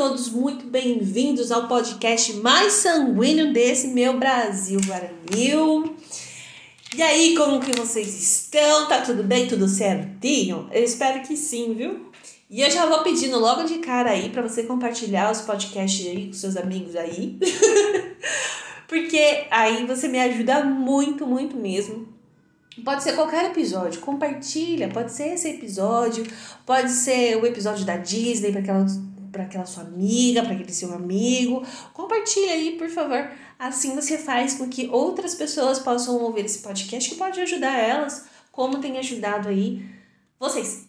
todos muito bem-vindos ao podcast mais sanguíneo desse meu Brasil varonil. E aí, como que vocês estão? Tá tudo bem? Tudo certinho? Eu espero que sim, viu? E eu já vou pedindo logo de cara aí pra você compartilhar os podcasts aí com seus amigos aí. Porque aí você me ajuda muito, muito mesmo. Pode ser qualquer episódio, compartilha, pode ser esse episódio, pode ser o episódio da Disney para aquela sua amiga, para aquele seu amigo. Compartilha aí, por favor. Assim você faz com que outras pessoas possam ouvir esse podcast, que pode ajudar elas, como tem ajudado aí vocês.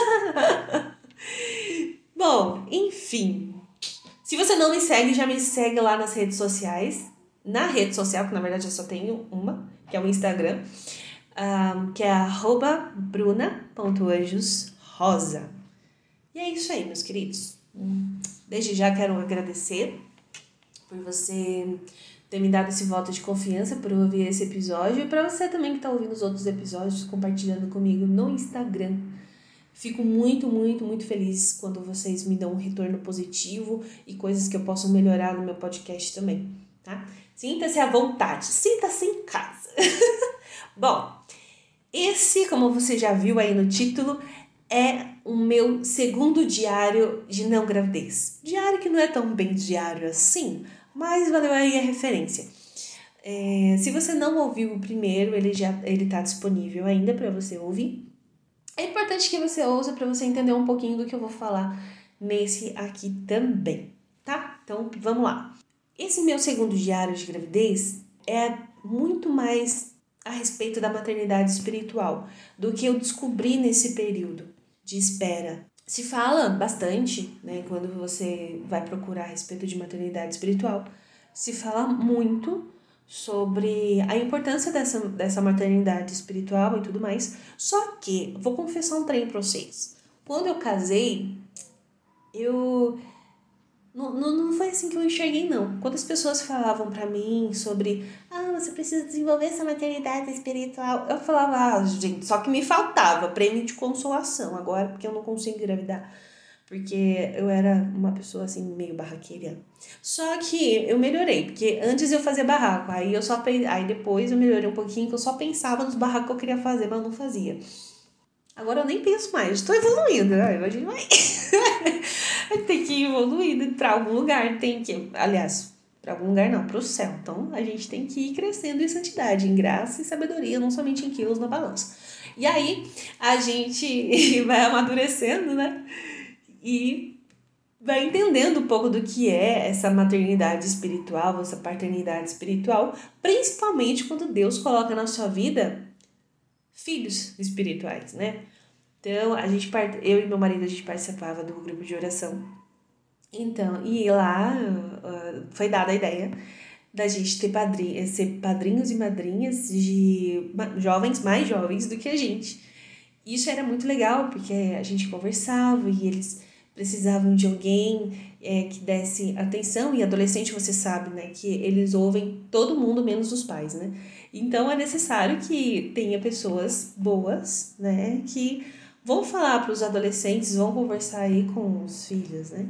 Bom, enfim. Se você não me segue, já me segue lá nas redes sociais. Na rede social, que na verdade eu só tenho uma, que é o Instagram. Que é @bruna.anjosrosa. E é isso aí, meus queridos. Desde já quero agradecer por você ter me dado esse voto de confiança, por ouvir esse episódio, e para você também que está ouvindo os outros episódios, compartilhando comigo no Instagram. Fico muito, muito, muito feliz quando vocês me dão um retorno positivo e coisas que eu posso melhorar no meu podcast também, tá? Sinta-se à vontade, sinta-se em casa. Bom, esse, como você já viu aí no título, é o meu segundo diário de não gravidez. Diário que não é tão bem diário assim, mas valeu aí a referência. Se você não ouviu o primeiro, ele tá disponível ainda para você ouvir. É importante que você ouça para você entender um pouquinho do que eu vou falar nesse aqui também, tá? Então, vamos lá. Esse meu segundo diário de gravidez é muito mais a respeito da maternidade espiritual do que eu descobri nesse período de espera. Se fala bastante, né, quando você vai procurar a respeito de maternidade espiritual, se fala muito sobre a importância dessa maternidade espiritual e tudo mais. Só que, vou confessar um trem pra vocês. Quando eu casei, Não foi assim que eu enxerguei, não. Quando as pessoas falavam pra mim sobre você precisa desenvolver essa maternidade espiritual, eu falava, gente, só que me faltava prêmio de consolação agora, porque eu não consigo engravidar. Porque eu era uma pessoa assim, meio barraqueira. Só que eu melhorei, porque antes eu fazia barraco, aí depois eu melhorei um pouquinho, que eu só pensava nos barracos que eu queria fazer, mas eu não fazia. Agora eu nem penso mais, estou evoluindo, né? A gente vai... tem que ir evoluindo para algum lugar, para algum lugar não, para o céu. Então a gente tem que ir crescendo em santidade, em graça e sabedoria, não somente em quilos na balança. E aí a gente vai amadurecendo, né? E vai entendendo um pouco do que é essa maternidade espiritual, essa paternidade espiritual, principalmente quando Deus coloca na sua vida filhos espirituais, né? Então, eu e meu marido, a gente participava do grupo de oração. Então, e lá foi dada a ideia da gente ser padrinhos e madrinhas de jovens mais jovens do que a gente. Isso era muito legal, porque a gente conversava e eles precisavam de alguém que desse atenção. E adolescente, você sabe, né, que eles ouvem todo mundo menos os pais, né? Então, é necessário que tenha pessoas boas, né, que vão falar para os adolescentes, vão conversar aí com os filhos, né?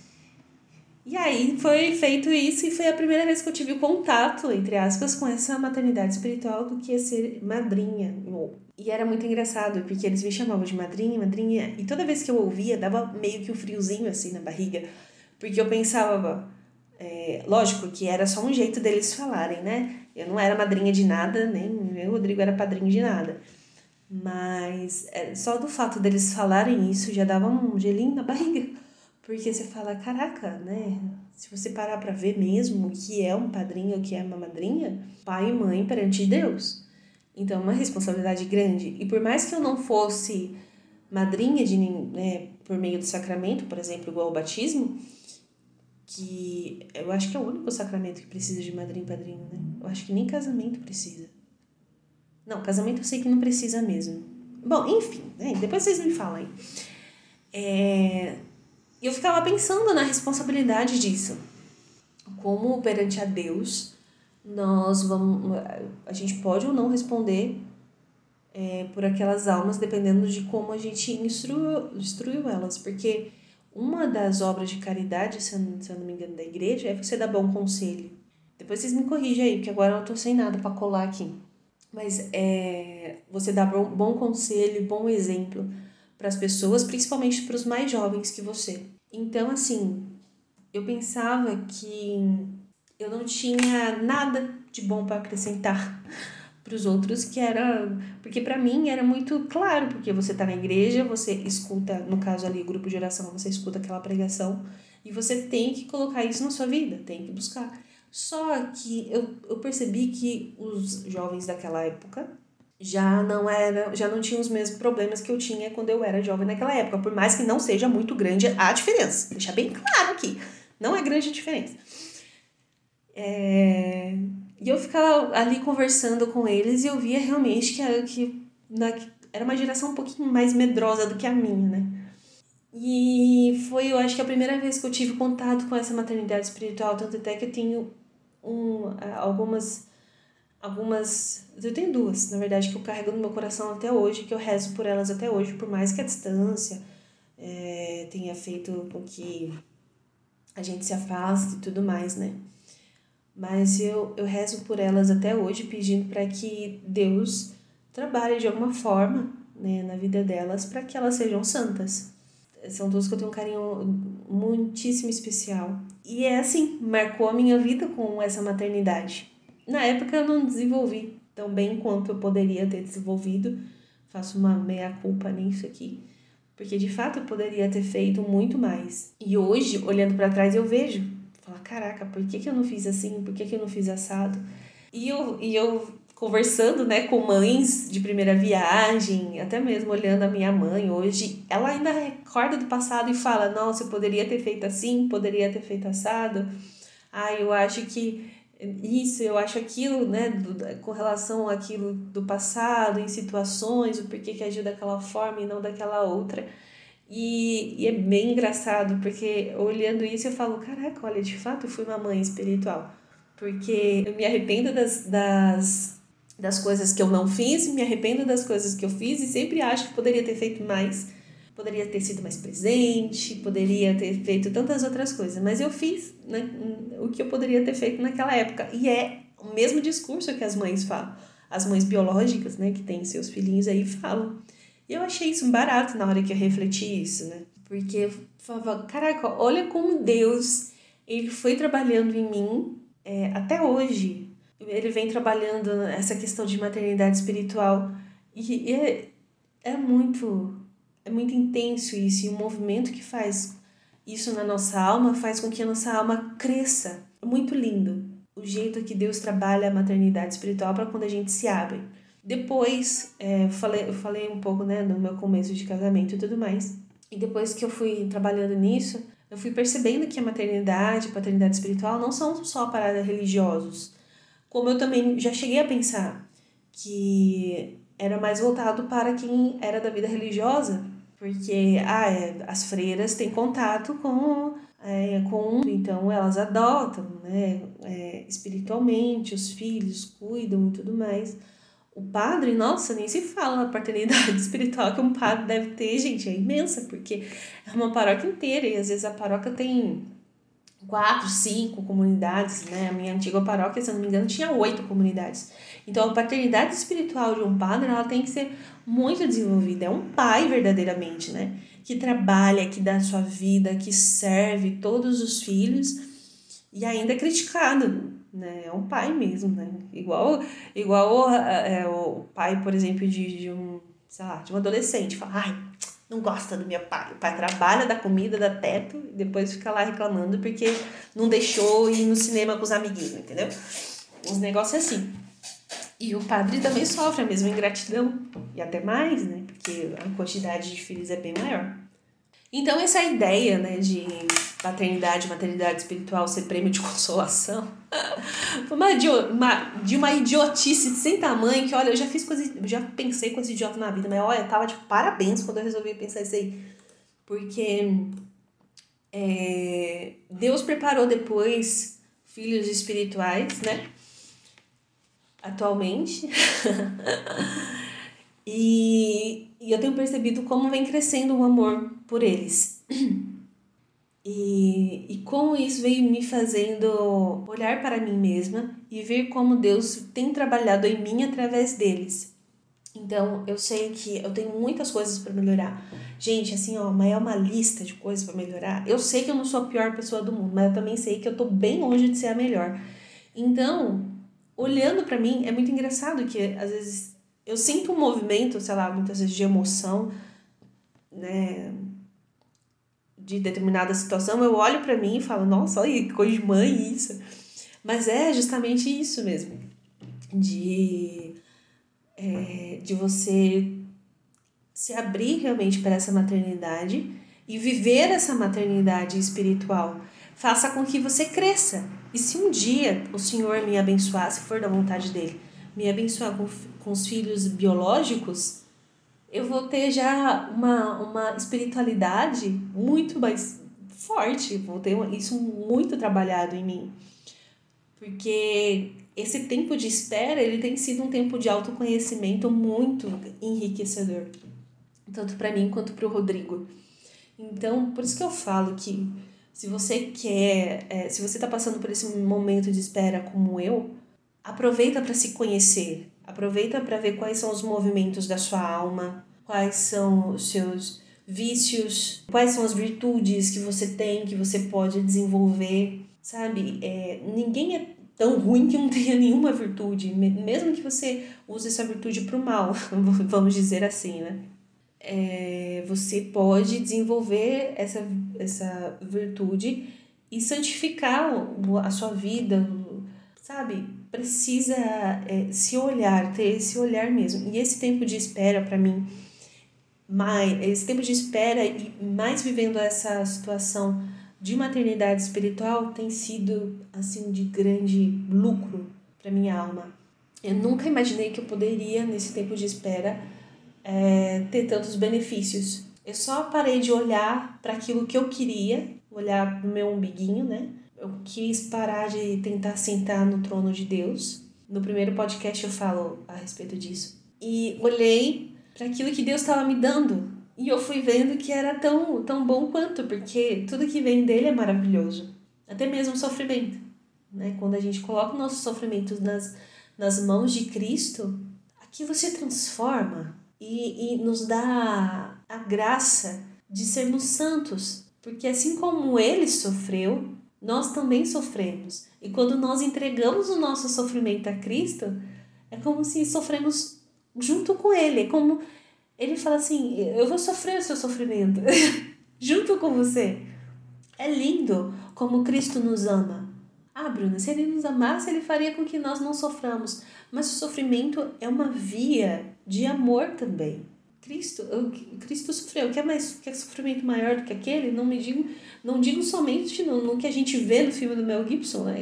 E aí foi feito isso e foi a primeira vez que eu tive contato, entre aspas, com essa maternidade espiritual do que ser madrinha. E era muito engraçado, porque eles me chamavam de madrinha, e toda vez que eu ouvia, dava meio que um friozinho assim na barriga, porque eu pensava, lógico que era só um jeito deles falarem, né? Eu não era madrinha de nada, nem o Rodrigo era padrinho de nada. Mas só do fato deles falarem isso já dava um gelinho na barriga. Porque você fala, caraca, né? Se você parar pra ver mesmo o que é um padrinho, o que é uma madrinha, pai e mãe perante Deus. Então é uma responsabilidade grande. E por mais que eu não fosse madrinha por meio do sacramento, por exemplo, igual o batismo, que eu acho que é o único sacramento que precisa de madrinha e padrinho, né? Eu acho que nem casamento precisa. Não, casamento eu sei que não precisa mesmo. Bom, enfim, né? Depois vocês me falam aí. Eu ficava pensando na responsabilidade disso. Como perante a Deus, a gente pode ou não responder por aquelas almas, dependendo de como a gente instruiu elas. Porque Uma das obras de caridade, se eu não me engano, da igreja, é você dar bom conselho. Depois vocês me corrigem aí, porque agora eu tô sem nada para colar aqui. Mas você dá bom conselho, bom exemplo para as pessoas, principalmente para os mais jovens que você. Então, assim, eu pensava que eu não tinha nada de bom para acrescentar para os outros, que era... Porque para mim era muito claro, porque você tá na igreja, você escuta, no caso ali, grupo de oração, você escuta aquela pregação e você tem que colocar isso na sua vida, tem que buscar. Só que eu percebi que os jovens daquela época já não tinham os mesmos problemas que eu tinha quando eu era jovem naquela época, por mais que não seja muito grande a diferença. Deixar bem claro aqui, não é grande a diferença. E eu ficava ali conversando com eles e eu via realmente que era uma geração um pouquinho mais medrosa do que a minha, né? E foi, eu acho que a primeira vez que eu tive contato com essa maternidade espiritual, tanto até que eu tenho algumas... Eu tenho duas, na verdade, que eu carrego no meu coração até hoje, que eu rezo por elas até hoje, por mais que a distância tenha feito com que a gente se afaste e tudo mais, né? Mas eu rezo por elas até hoje, pedindo para que Deus trabalhe de alguma forma, né, na vida delas, para que elas sejam santas. São duas que eu tenho um carinho muitíssimo especial. E assim, marcou a minha vida com essa maternidade. Na época eu não desenvolvi tão bem quanto eu poderia ter desenvolvido. Faço uma meia-culpa nisso aqui. Porque de fato eu poderia ter feito muito mais. E hoje, olhando para trás, eu vejo. Falo, caraca, por que eu não fiz assim? Por que eu não fiz assado? E eu conversando, né, com mães de primeira viagem, até mesmo olhando a minha mãe hoje, ela ainda recorda do passado e fala, nossa, eu poderia ter feito assim, poderia ter feito assado. Eu acho que isso, eu acho aquilo, né, com relação àquilo do passado, em situações, o porquê que agiu daquela forma e não daquela outra. E é bem engraçado, porque olhando isso eu falo, caraca, olha, de fato eu fui uma mãe espiritual. Porque eu me arrependo das coisas que eu não fiz, me arrependo das coisas que eu fiz e sempre acho que poderia ter feito mais. Poderia ter sido mais presente, poderia ter feito tantas outras coisas. Mas eu fiz, né, o que eu poderia ter feito naquela época. E é o mesmo discurso que as mães falam. As mães biológicas, né, que têm seus filhinhos aí, falam. E eu achei isso barato na hora que eu refleti isso, né? Porque eu falava, caraca, olha como Deus, ele foi trabalhando em mim até hoje. Ele vem trabalhando essa questão de maternidade espiritual. E é muito intenso isso. E o movimento que faz isso na nossa alma faz com que a nossa alma cresça. É muito lindo o jeito que Deus trabalha a maternidade espiritual para quando a gente se abre. Depois, eu falei um pouco, né, no meu começo de casamento e tudo mais. E depois que eu fui trabalhando nisso, eu fui percebendo que a maternidade e paternidade espiritual não são só paradas religiosos. Como eu também já cheguei a pensar que era mais voltado para quem era da vida religiosa. Porque as freiras têm contato com então elas adotam, né, espiritualmente, os filhos cuidam e tudo mais. O padre, nossa, nem se fala na paternidade espiritual que um padre deve ter, gente, é imensa, porque é uma paróquia inteira e às vezes a paróquia tem 4, 5 comunidades, né? A minha antiga paróquia, se eu não me engano, tinha 8 comunidades. Então a paternidade espiritual de um padre, ela tem que ser muito desenvolvida. É um pai verdadeiramente, né? Que trabalha, que dá a sua vida, que serve todos os filhos e ainda é criticado, né? É um pai mesmo, né? Igual o pai, por exemplo, de um, sei lá, de um adolescente. Fala, não gosta do meu pai. O pai trabalha, dá comida, dá teto e depois fica lá reclamando porque não deixou ir no cinema com os amiguinhos, entendeu? Uns negócios assim. E o padre também sofre a mesma ingratidão. E até mais, né? Porque a quantidade de filhos é bem maior. Então, essa ideia, né, de paternidade, maternidade espiritual ser prêmio de consolação foi de uma idiotice sem tamanho que, olha, eu já pensei com esse idiota na vida, mas olha, eu tava de parabéns quando eu resolvi pensar isso aí. Porque Deus preparou depois filhos espirituais, né? Atualmente. E eu tenho percebido como vem crescendo o amor por eles. E como isso veio me fazendo olhar para mim mesma e ver como Deus tem trabalhado em mim através deles. Então, eu sei que eu tenho muitas coisas para melhorar. Gente, assim, ó, mas é uma lista de coisas para melhorar. Eu sei que eu não sou a pior pessoa do mundo, mas eu também sei que eu tô bem longe de ser a melhor. Então, olhando para mim, é muito engraçado que às vezes eu sinto um movimento, sei lá, muitas vezes de emoção, né, de determinada situação, eu olho para mim e falo, nossa, olha que coisa de mãe isso. Mas é justamente isso mesmo, de, de você se abrir realmente para essa maternidade e viver essa maternidade espiritual. Faça com que você cresça. E se um dia o Senhor me abençoar, se for da vontade dele, me abençoar com os filhos biológicos, eu vou ter já uma espiritualidade muito mais forte, vou ter isso muito trabalhado em mim. Porque esse tempo de espera, ele tem sido um tempo de autoconhecimento muito enriquecedor, tanto para mim quanto para o Rodrigo. Então, por isso que eu falo que se você quer, se você está passando por esse momento de espera como eu, aproveita para se conhecer, aproveita para ver quais são os movimentos da sua alma, quais são os seus vícios, quais são as virtudes que você tem, que você pode desenvolver, sabe? Ninguém é tão ruim que não tenha nenhuma virtude, mesmo que você use essa virtude para o mal, vamos dizer assim, né? Você pode desenvolver essa virtude e santificar a sua vida, sabe? Precisa se olhar, ter esse olhar mesmo. E esse tempo de espera para mim, esse tempo de espera e mais vivendo essa situação de maternidade espiritual tem sido assim de grande lucro para minha alma. Eu nunca imaginei que eu poderia nesse tempo de espera ter tantos benefícios. Eu só parei de olhar para aquilo que eu queria, olhar pro meu umbiguinho, né? Eu quis parar de tentar sentar no trono de Deus. No primeiro podcast eu falo a respeito disso. E olhei para aquilo que Deus estava me dando. E eu fui vendo que era tão bom quanto, porque tudo que vem dele é maravilhoso. Até mesmo o sofrimento. Né? Quando a gente coloca o nosso sofrimento nas mãos de Cristo, aquilo se transforma e nos dá a graça de sermos santos. Porque assim como ele sofreu, nós também sofremos. E quando nós entregamos o nosso sofrimento a Cristo, é como se sofremos junto com ele. É como ele fala assim, eu vou sofrer o seu sofrimento junto com você. É lindo como Cristo nos ama. Ah, Bruna, se ele nos amasse, ele faria com que nós não soframos. Mas o sofrimento é uma via de amor também. Cristo sofreu. Quer sofrimento maior do que aquele? Não digo somente no que a gente vê no filme do Mel Gibson, né?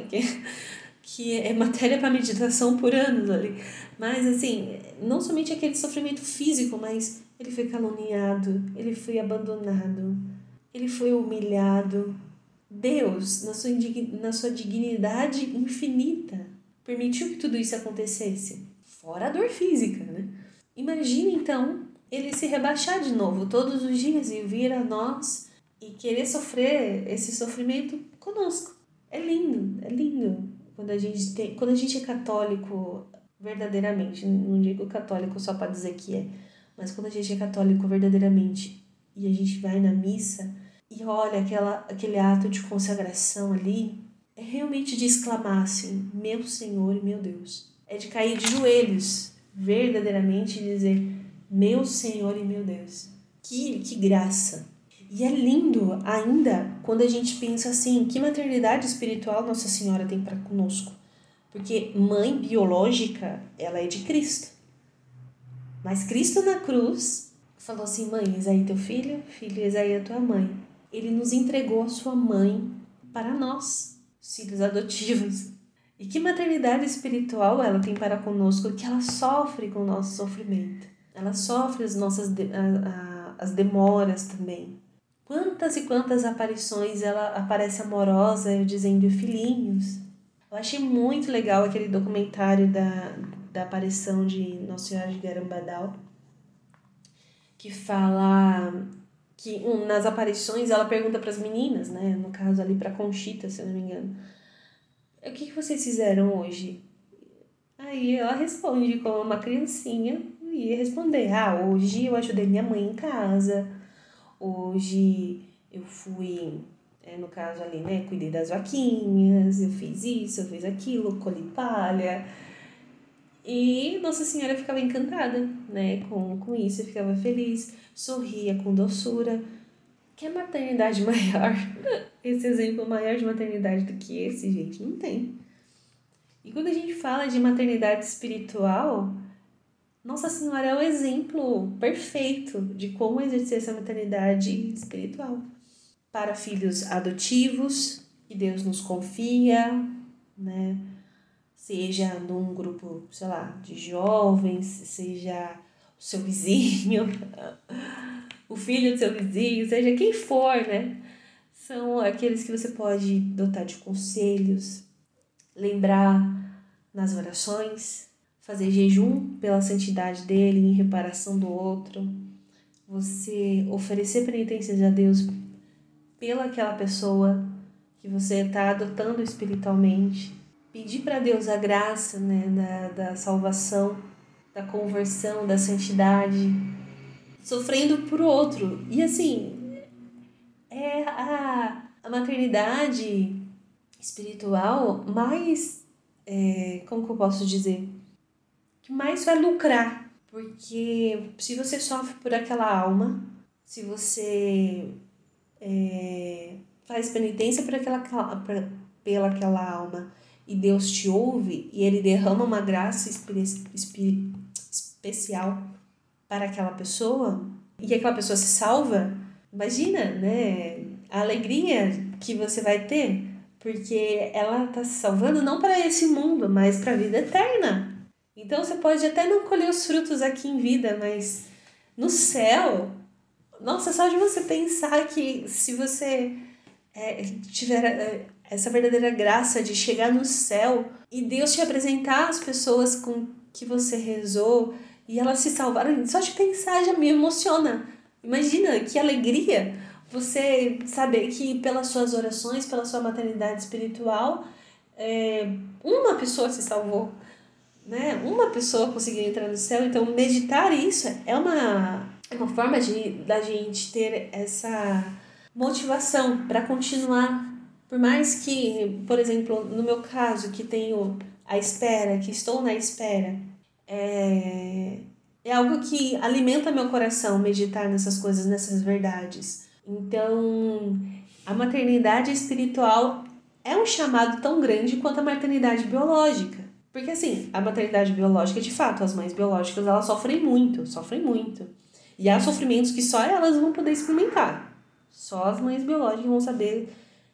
Que é matéria para meditação por anos ali. Mas, assim, não somente aquele sofrimento físico, mas ele foi caluniado, ele foi abandonado, ele foi humilhado. Deus, na sua dignidade infinita, permitiu que tudo isso acontecesse. Fora a dor física, né? Imagina, então, ele se rebaixar de novo todos os dias e vir a nós e querer sofrer esse sofrimento conosco. É lindo. Quando a gente é católico verdadeiramente, não digo católico só para dizer que é, mas quando a gente é católico verdadeiramente e a gente vai na missa e olha aquele ato de consagração ali, é realmente de exclamar assim, meu Senhor e meu Deus. É de cair de joelhos, verdadeiramente, e dizer, meu Senhor e meu Deus. Que graça! E é lindo ainda quando a gente pensa assim, que maternidade espiritual Nossa Senhora tem para conosco. Porque mãe biológica, ela é de Cristo. Mas Cristo na cruz falou assim, mãe, eis aí teu filho, filho, eis aí a tua mãe. Ele nos entregou a sua mãe para nós, os filhos adotivos. E que maternidade espiritual ela tem para conosco, que ela sofre com o nosso sofrimento. Ela sofre as nossas as demoras também. Quantas e quantas aparições ela aparece amorosa, dizendo filhinhos. Eu achei muito legal aquele documentário da aparição de Nossa Senhora de Garambadal, que fala que nas aparições ela pergunta para as meninas, né? No caso ali para Conchita, se eu não me engano. O que vocês fizeram hoje? Aí ela responde como uma criancinha e ia responder: hoje eu ajudei minha mãe em casa, hoje eu fui, no caso ali, né, cuidei das vaquinhas, eu fiz isso, eu fiz aquilo, colhi palha. E Nossa Senhora ficava encantada, né, com isso, ficava feliz, sorria com doçura. Que é maternidade maior? Esse exemplo maior de maternidade do que esse, gente, não tem. E quando a gente fala de maternidade espiritual, Nossa Senhora é o exemplo perfeito de como exercer essa maternidade espiritual. Para filhos adotivos, que Deus nos confia, né? Seja num grupo, sei lá, de jovens, seja o seu vizinho, o filho do seu vizinho, seja quem for, né? São aqueles que você pode dotar de conselhos, lembrar nas orações, fazer jejum pela santidade dele em reparação do outro, você oferecer penitências a Deus pela aquela pessoa que você está adotando espiritualmente, pedir para Deus a graça, né, da salvação, da conversão, da santidade, sofrendo por outro. E assim, é a maternidade espiritual mais, como que eu posso dizer, que mais vai lucrar. Porque se você sofre por aquela alma, se você faz penitência pela aquela alma e Deus te ouve e Ele derrama uma graça especial para aquela pessoa e aquela pessoa se salva, imagina, né, a alegria que você vai ter, porque ela está se salvando não para esse mundo, mas para a vida eterna. Então você pode até não colher os frutos aqui em vida, mas no céu, nossa, só de você pensar que se você tiver essa verdadeira graça de chegar no céu e Deus te apresentar as pessoas com que você rezou e elas se salvaram, só de pensar já me emociona. Imagina que alegria você saber que pelas suas orações, pela sua maternidade espiritual, uma pessoa se salvou, né? Uma pessoa conseguiu entrar no céu. Então meditar isso é uma forma da gente ter essa motivação para continuar. Por mais que, por exemplo, no meu caso, que tenho a espera, que estou na espera, é algo que alimenta meu coração meditar nessas coisas, nessas verdades. Então, a maternidade espiritual é um chamado tão grande quanto a maternidade biológica. Porque assim, a maternidade biológica, de fato, as mães biológicas, elas sofrem muito. E há sofrimentos que só elas vão poder experimentar. Só as mães biológicas vão saber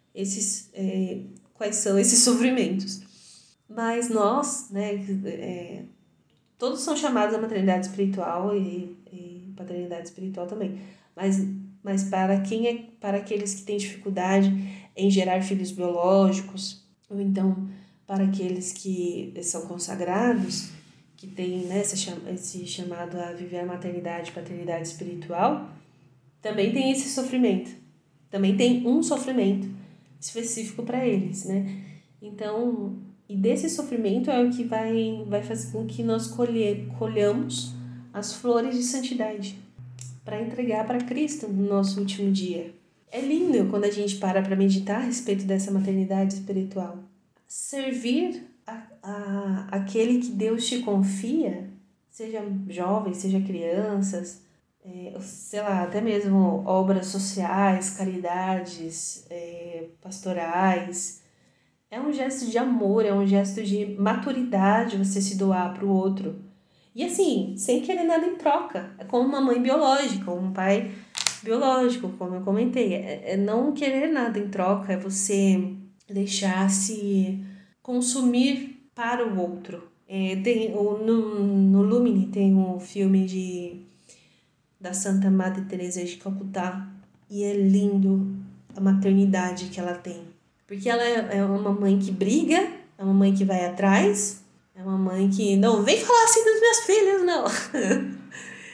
quais são esses sofrimentos. Mas nós, né, todos são chamados à maternidade espiritual e paternidade espiritual também. Mas para aqueles que têm dificuldade em gerar filhos biológicos, ou então para aqueles que são consagrados, que têm, né, esse chamado a viver a maternidade e paternidade espiritual, também tem esse sofrimento. Também tem um sofrimento específico para eles, né? Então, e desse sofrimento é o que vai fazer com que nós colhamos as flores de santidade para entregar para Cristo no nosso último dia. É lindo quando a gente para meditar a respeito dessa maternidade espiritual. Servir aquele que Deus te confia, seja jovens, seja crianças, sei lá, até mesmo obras sociais, caridades, pastorais. É um gesto de amor, é um gesto de maturidade você se doar para o outro. E assim, sem querer nada em troca. É como uma mãe biológica, ou um pai biológico, como eu comentei. É não querer nada em troca, é você deixar-se consumir para o outro. No Lumine tem um filme da Santa Madre Teresa de Calcutá, e é lindo a maternidade que ela tem. Porque ela é uma mãe que briga, é uma mãe que vai atrás, é uma mãe que não vem falar assim dos meus filhos, não.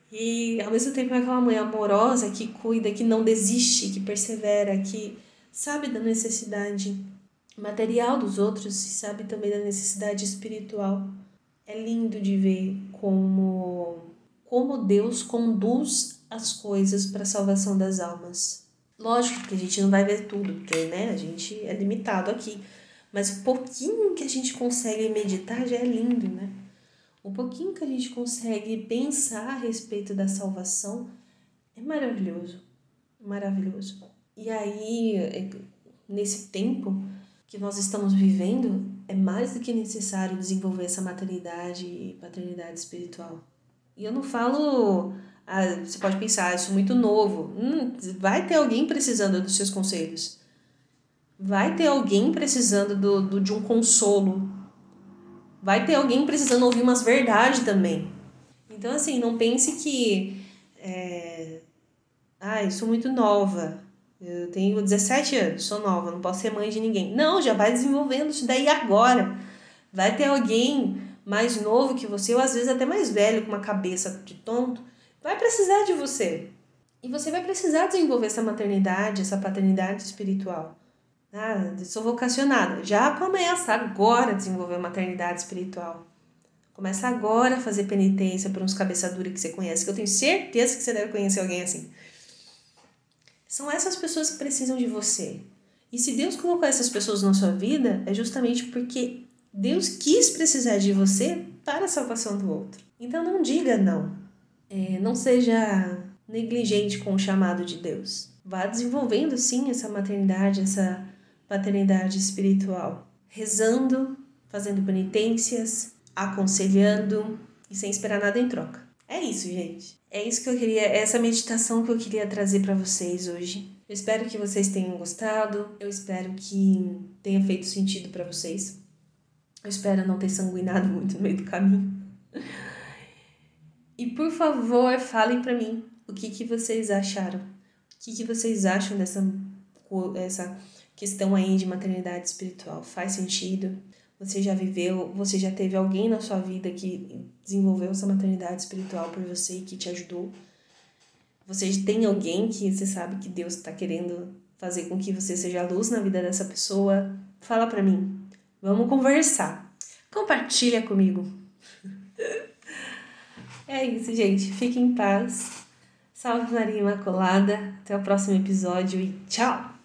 E ao mesmo tempo é aquela mãe amorosa que cuida, que não desiste, que persevera, que sabe da necessidade material dos outros e sabe também da necessidade espiritual. É lindo de ver como Deus conduz as coisas para a salvação das almas. Lógico que a gente não vai ver tudo, porque né, a gente é limitado aqui. Mas o pouquinho que a gente consegue meditar já é lindo, né? O pouquinho que a gente consegue pensar a respeito da salvação é maravilhoso. Maravilhoso. E aí, nesse tempo que nós estamos vivendo, é mais do que necessário desenvolver essa maternidade e paternidade espiritual. E eu não falo, você pode pensar, isso é muito novo. Vai ter alguém precisando dos seus conselhos. Vai ter alguém precisando de um consolo. Vai ter alguém precisando ouvir umas verdades também. Então, assim, não pense que... eu sou muito nova. Eu tenho 17 anos, sou nova, não posso ser mãe de ninguém. Não, já vai desenvolvendo isso daí agora. Vai ter alguém mais novo que você, ou às vezes até mais velho, com uma cabeça de tonto, vai precisar de você. E você vai precisar desenvolver essa maternidade, essa paternidade espiritual. Eu sou vocacionada. Já começa agora a desenvolver a maternidade espiritual. Começa agora a fazer penitência por uns cabeçadura que você conhece, que eu tenho certeza que você deve conhecer alguém assim. São essas pessoas que precisam de você. E se Deus colocou essas pessoas na sua vida, é justamente porque Deus quis precisar de você para a salvação do outro. Então não diga não. Não seja negligente com o chamado de Deus. Vá desenvolvendo sim essa maternidade, essa paternidade espiritual. Rezando, fazendo penitências, aconselhando e sem esperar nada em troca. É isso, gente. É isso que eu queria, essa meditação que eu queria trazer para vocês hoje. Eu espero que vocês tenham gostado. Eu espero que tenha feito sentido para vocês. Eu espero não ter sanguinado muito no meio do caminho. E por favor, falem para mim o que vocês acharam. O que vocês acham dessa questão aí de maternidade espiritual? Faz sentido? Você já viveu, você já teve alguém na sua vida que desenvolveu essa maternidade espiritual por você e que te ajudou? Você tem alguém que você sabe que Deus está querendo fazer com que você seja a luz na vida dessa pessoa? Fala pra mim. Vamos conversar. Compartilha comigo. É isso, gente. Fique em paz. Salve Maria Imaculada. Até o próximo episódio e tchau!